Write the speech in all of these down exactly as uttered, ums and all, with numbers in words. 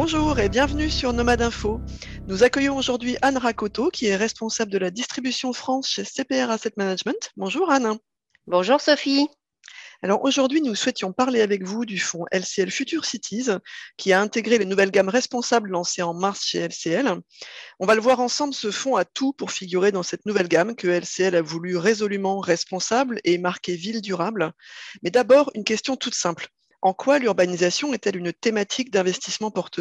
Bonjour et bienvenue sur Nomade Info. Nous accueillons aujourd'hui Anne Rakoto, qui est responsable de la distribution France chez C P R Asset Management. Bonjour Anne. Bonjour Sophie. Alors aujourd'hui, nous souhaitions parler avec vous du fonds L C L Future Cities, qui a intégré les nouvelles gammes responsables lancées en mars chez L C L. On va le voir ensemble, ce fonds a tout pour figurer dans cette nouvelle gamme que L C L a voulu résolument responsable et marquée ville durable. Mais d'abord, une question toute simple. En quoi l'urbanisation est-elle une thématique d'investissement porteuse ?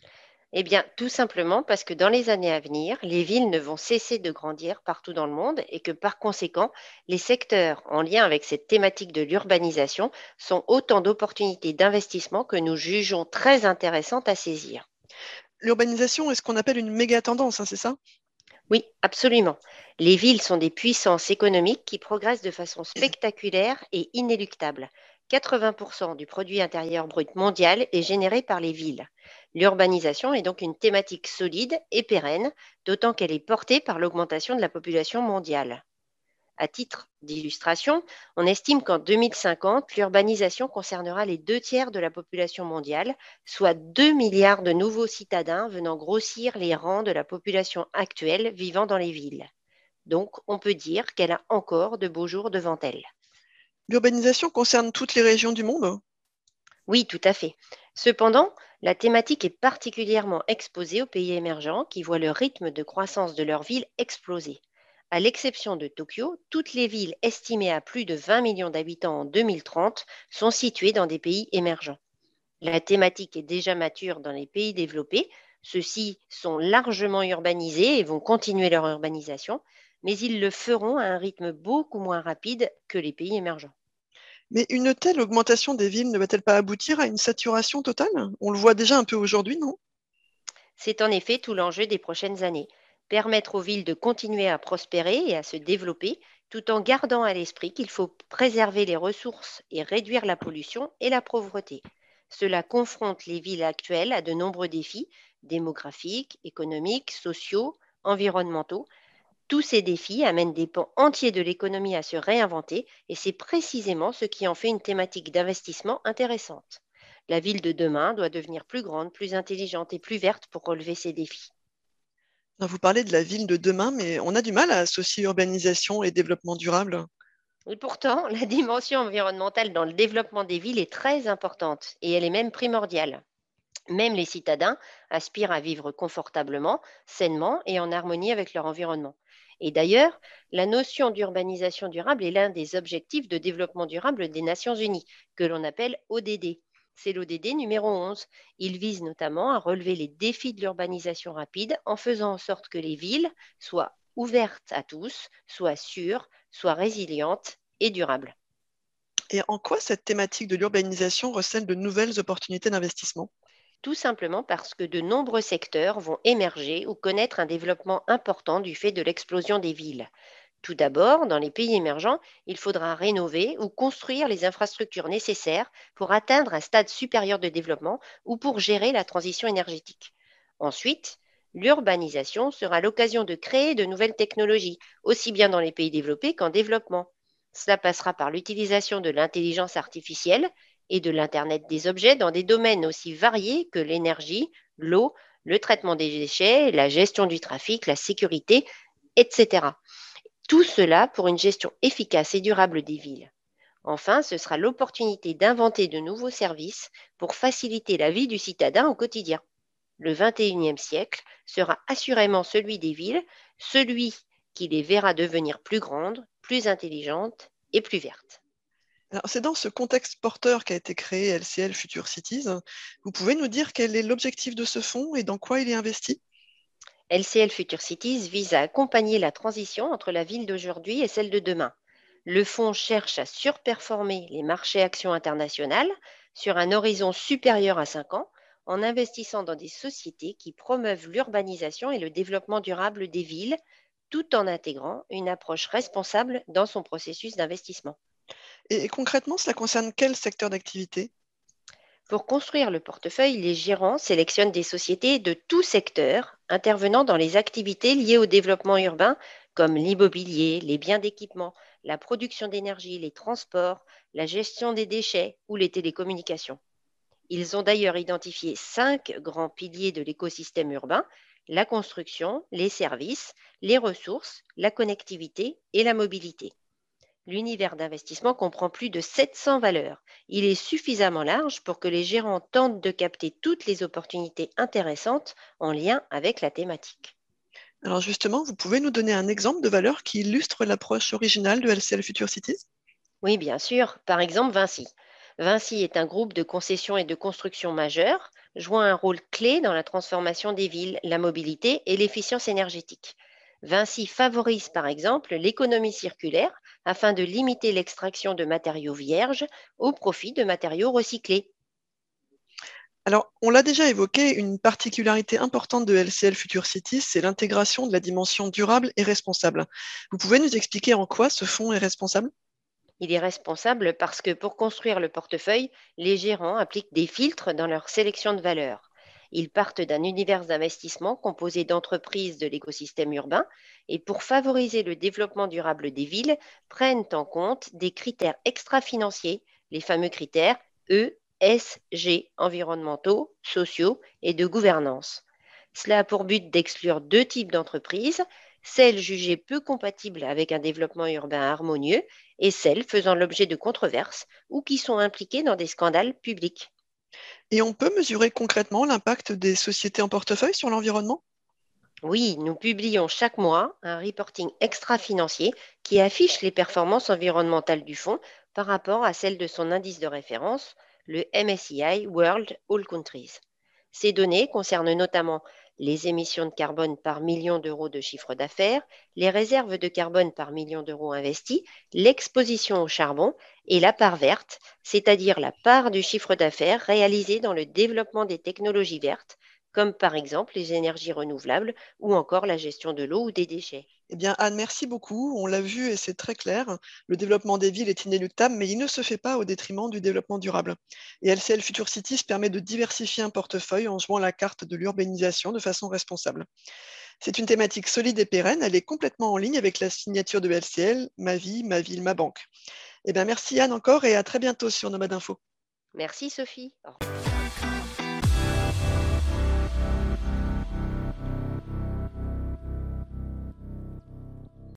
Eh bien, tout simplement parce que dans les années à venir, les villes ne vont cesser de grandir partout dans le monde et que par conséquent, les secteurs en lien avec cette thématique de l'urbanisation sont autant d'opportunités d'investissement que nous jugeons très intéressantes à saisir. L'urbanisation est ce qu'on appelle une méga tendance, hein, c'est ça ? Oui, absolument. Les villes sont des puissances économiques qui progressent de façon spectaculaire et inéluctable. quatre-vingts pour cent du produit intérieur brut mondial est généré par les villes. L'urbanisation est donc une thématique solide et pérenne, d'autant qu'elle est portée par l'augmentation de la population mondiale. À titre d'illustration, on estime qu'en deux mille cinquante, l'urbanisation concernera les deux tiers de la population mondiale, soit deux milliards de nouveaux citadins venant grossir les rangs de la population actuelle vivant dans les villes. Donc, on peut dire qu'elle a encore de beaux jours devant elle. L'urbanisation concerne toutes les régions du monde ? Oui, tout à fait. Cependant, la thématique est particulièrement exposée aux pays émergents qui voient le rythme de croissance de leurs villes exploser. À l'exception de Tokyo, toutes les villes estimées à plus de vingt millions d'habitants en deux mille trente sont situées dans des pays émergents. La thématique est déjà mature dans les pays développés. Ceux-ci sont largement urbanisés et vont continuer leur urbanisation, mais ils le feront à un rythme beaucoup moins rapide que les pays émergents. Mais une telle augmentation des villes ne va-t-elle pas aboutir à une saturation totale ? On le voit déjà un peu aujourd'hui, non ? C'est en effet tout l'enjeu des prochaines années. Permettre aux villes de continuer à prospérer et à se développer, tout en gardant à l'esprit qu'il faut préserver les ressources et réduire la pollution et la pauvreté. Cela confronte les villes actuelles à de nombreux défis démographiques, économiques, sociaux, environnementaux. Tous ces défis amènent des pans entiers de l'économie à se réinventer et c'est précisément ce qui en fait une thématique d'investissement intéressante. La ville de demain doit devenir plus grande, plus intelligente et plus verte pour relever ces défis. Vous parlez de la ville de demain, mais on a du mal à associer urbanisation et développement durable. Et pourtant, la dimension environnementale dans le développement des villes est très importante et elle est même primordiale. Même les citadins aspirent à vivre confortablement, sainement et en harmonie avec leur environnement. Et d'ailleurs, la notion d'urbanisation durable est l'un des objectifs de développement durable des Nations Unies, que l'on appelle O D D. C'est l'O D D numéro onze. Il vise notamment à relever les défis de l'urbanisation rapide en faisant en sorte que les villes soient ouvertes à tous, soient sûres, soient résilientes et durables. Et en quoi cette thématique de l'urbanisation recèle de nouvelles opportunités d'investissement ? Tout simplement parce que de nombreux secteurs vont émerger ou connaître un développement important du fait de l'explosion des villes. Tout d'abord, dans les pays émergents, il faudra rénover ou construire les infrastructures nécessaires pour atteindre un stade supérieur de développement ou pour gérer la transition énergétique. Ensuite, l'urbanisation sera l'occasion de créer de nouvelles technologies, aussi bien dans les pays développés qu'en développement. Cela passera par l'utilisation de l'intelligence artificielle et de l'Internet des objets dans des domaines aussi variés que l'énergie, l'eau, le traitement des déchets, la gestion du trafic, la sécurité, et cetera. Tout cela pour une gestion efficace et durable des villes. Enfin, ce sera l'opportunité d'inventer de nouveaux services pour faciliter la vie du citadin au quotidien. Le vingt et unième siècle sera assurément celui des villes, celui qui les verra devenir plus grandes, plus intelligentes et plus vertes. Alors, c'est dans ce contexte porteur qu'a été créé L C L Future Cities. Vous pouvez nous dire quel est l'objectif de ce fonds et dans quoi il est investi ? L C L Future Cities vise à accompagner la transition entre la ville d'aujourd'hui et celle de demain. Le fonds cherche à surperformer les marchés actions internationales sur un horizon supérieur à cinq ans en investissant dans des sociétés qui promeuvent l'urbanisation et le développement durable des villes tout en intégrant une approche responsable dans son processus d'investissement. Et, et concrètement, cela concerne quel secteur d'activité ? Pour construire le portefeuille, les gérants sélectionnent des sociétés de tout secteur intervenant dans les activités liées au développement urbain comme l'immobilier, les biens d'équipement, la production d'énergie, les transports, la gestion des déchets ou les télécommunications. Ils ont d'ailleurs identifié cinq grands piliers de l'écosystème urbain: la construction, les services, les ressources, la connectivité et la mobilité. L'univers d'investissement comprend plus de sept cents valeurs. Il est suffisamment large pour que les gérants tentent de capter toutes les opportunités intéressantes en lien avec la thématique. Alors justement, vous pouvez nous donner un exemple de valeur qui illustre l'approche originale de L C L Future Cities? Oui, bien sûr. Par exemple, Vinci. Vinci est un groupe de concessions et de construction majeur, jouant un rôle clé dans la transformation des villes, la mobilité et l'efficience énergétique. Vinci favorise par exemple l'économie circulaire afin de limiter l'extraction de matériaux vierges au profit de matériaux recyclés. Alors, on l'a déjà évoqué, une particularité importante de L C L Future Cities, c'est l'intégration de la dimension durable et responsable. Vous pouvez nous expliquer en quoi ce fonds est responsable? Il est responsable parce que pour construire le portefeuille, les gérants appliquent des filtres dans leur sélection de valeurs. Ils partent d'un univers d'investissement composé d'entreprises de l'écosystème urbain et pour favoriser le développement durable des villes, prennent en compte des critères extra-financiers, les fameux critères E, S, G, environnementaux, sociaux et de gouvernance. Cela a pour but d'exclure deux types d'entreprises: celles jugées peu compatibles avec un développement urbain harmonieux et celles faisant l'objet de controverses ou qui sont impliquées dans des scandales publics. Et on peut mesurer concrètement l'impact des sociétés en portefeuille sur l'environnement? Oui, nous publions chaque mois un reporting extra-financier qui affiche les performances environnementales du fonds par rapport à celles de son indice de référence, le M S C I World All Countries. Ces données concernent notamment les émissions de carbone par million d'euros de chiffre d'affaires, les réserves de carbone par million d'euros investis, l'exposition au charbon et la part verte, c'est-à-dire la part du chiffre d'affaires réalisé dans le développement des technologies vertes, comme par exemple les énergies renouvelables ou encore la gestion de l'eau ou des déchets. Eh bien, Anne, merci beaucoup. On l'a vu et c'est très clair. Le développement des villes est inéluctable, mais il ne se fait pas au détriment du développement durable. Et L C L Future Cities permet de diversifier un portefeuille en jouant la carte de l'urbanisation de façon responsable. C'est une thématique solide et pérenne. Elle est complètement en ligne avec la signature de L C L, Ma vie, ma ville, ma banque. Eh bien, merci Anne encore et à très bientôt sur Nomade Info. Merci Sophie. Au revoir.